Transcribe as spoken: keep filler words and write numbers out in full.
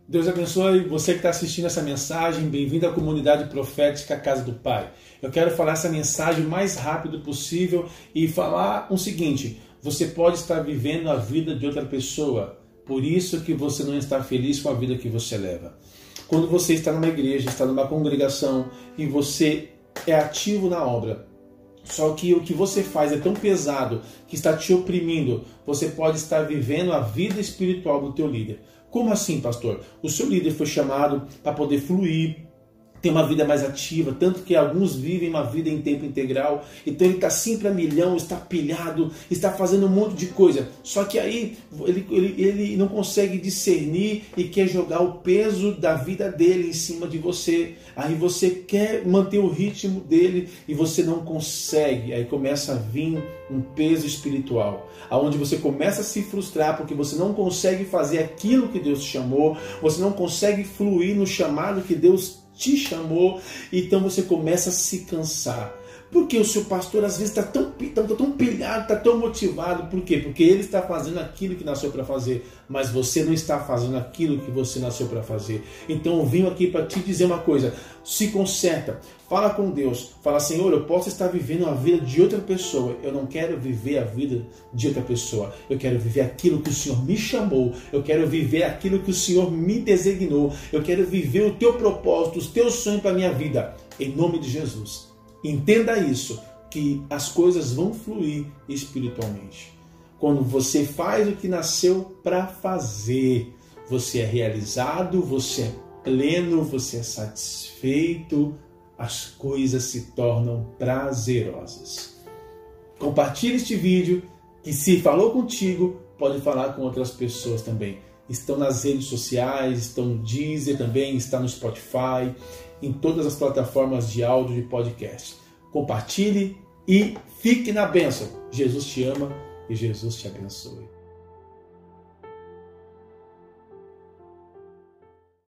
Deus abençoe você que está assistindo essa mensagem. Bem-vindo à comunidade profética Casa do Pai. Eu quero falar essa mensagem o mais rápido possível e falar o seguinte: você pode estar vivendo a vida de outra pessoa, por isso que você não está feliz com a vida que você leva. Quando você está numa igreja, está numa congregação e você é ativo na obra, só que o que você faz é tão pesado que está te oprimindo, você pode estar vivendo a vida espiritual do teu líder. Como assim, pastor? O seu líder foi chamado para poder fluir, ter uma vida mais ativa, tanto que alguns vivem uma vida em tempo integral, então ele está sempre a milhão, está pilhado, está fazendo um monte de coisa, só que aí ele, ele, ele não consegue discernir e quer jogar o peso da vida dele em cima de você, aí você quer manter o ritmo dele e você não consegue, aí começa a vir um peso espiritual, aonde você começa a se frustrar porque você não consegue fazer aquilo que Deus te chamou, você não consegue fluir no chamado que Deus te chamou, então você começa a se cansar. Porque o seu pastor às vezes está tão, tão, tão pilhado, está tão motivado. Por quê? Porque ele está fazendo aquilo que nasceu para fazer, mas você não está fazendo aquilo que você nasceu para fazer. Então eu vim aqui para te dizer uma coisa: se conserta, fala com Deus, fala: Senhor, eu posso estar vivendo a vida de outra pessoa, eu não quero viver a vida de outra pessoa, eu quero viver aquilo que o Senhor me chamou, eu quero viver aquilo que o Senhor me designou, eu quero viver o teu propósito, os teus sonhos para a minha vida, em nome de Jesus. Entenda isso, que as coisas vão fluir espiritualmente. Quando você faz o que nasceu para fazer, você é realizado, você é pleno, você é satisfeito, as coisas se tornam prazerosas. Compartilhe este vídeo, que se falou contigo, pode falar com outras pessoas também. Estão nas redes sociais, estão no Deezer também, está no Spotify, em todas as plataformas de áudio e podcast. Compartilhe e fique na bênção. Jesus te ama e Jesus te abençoe.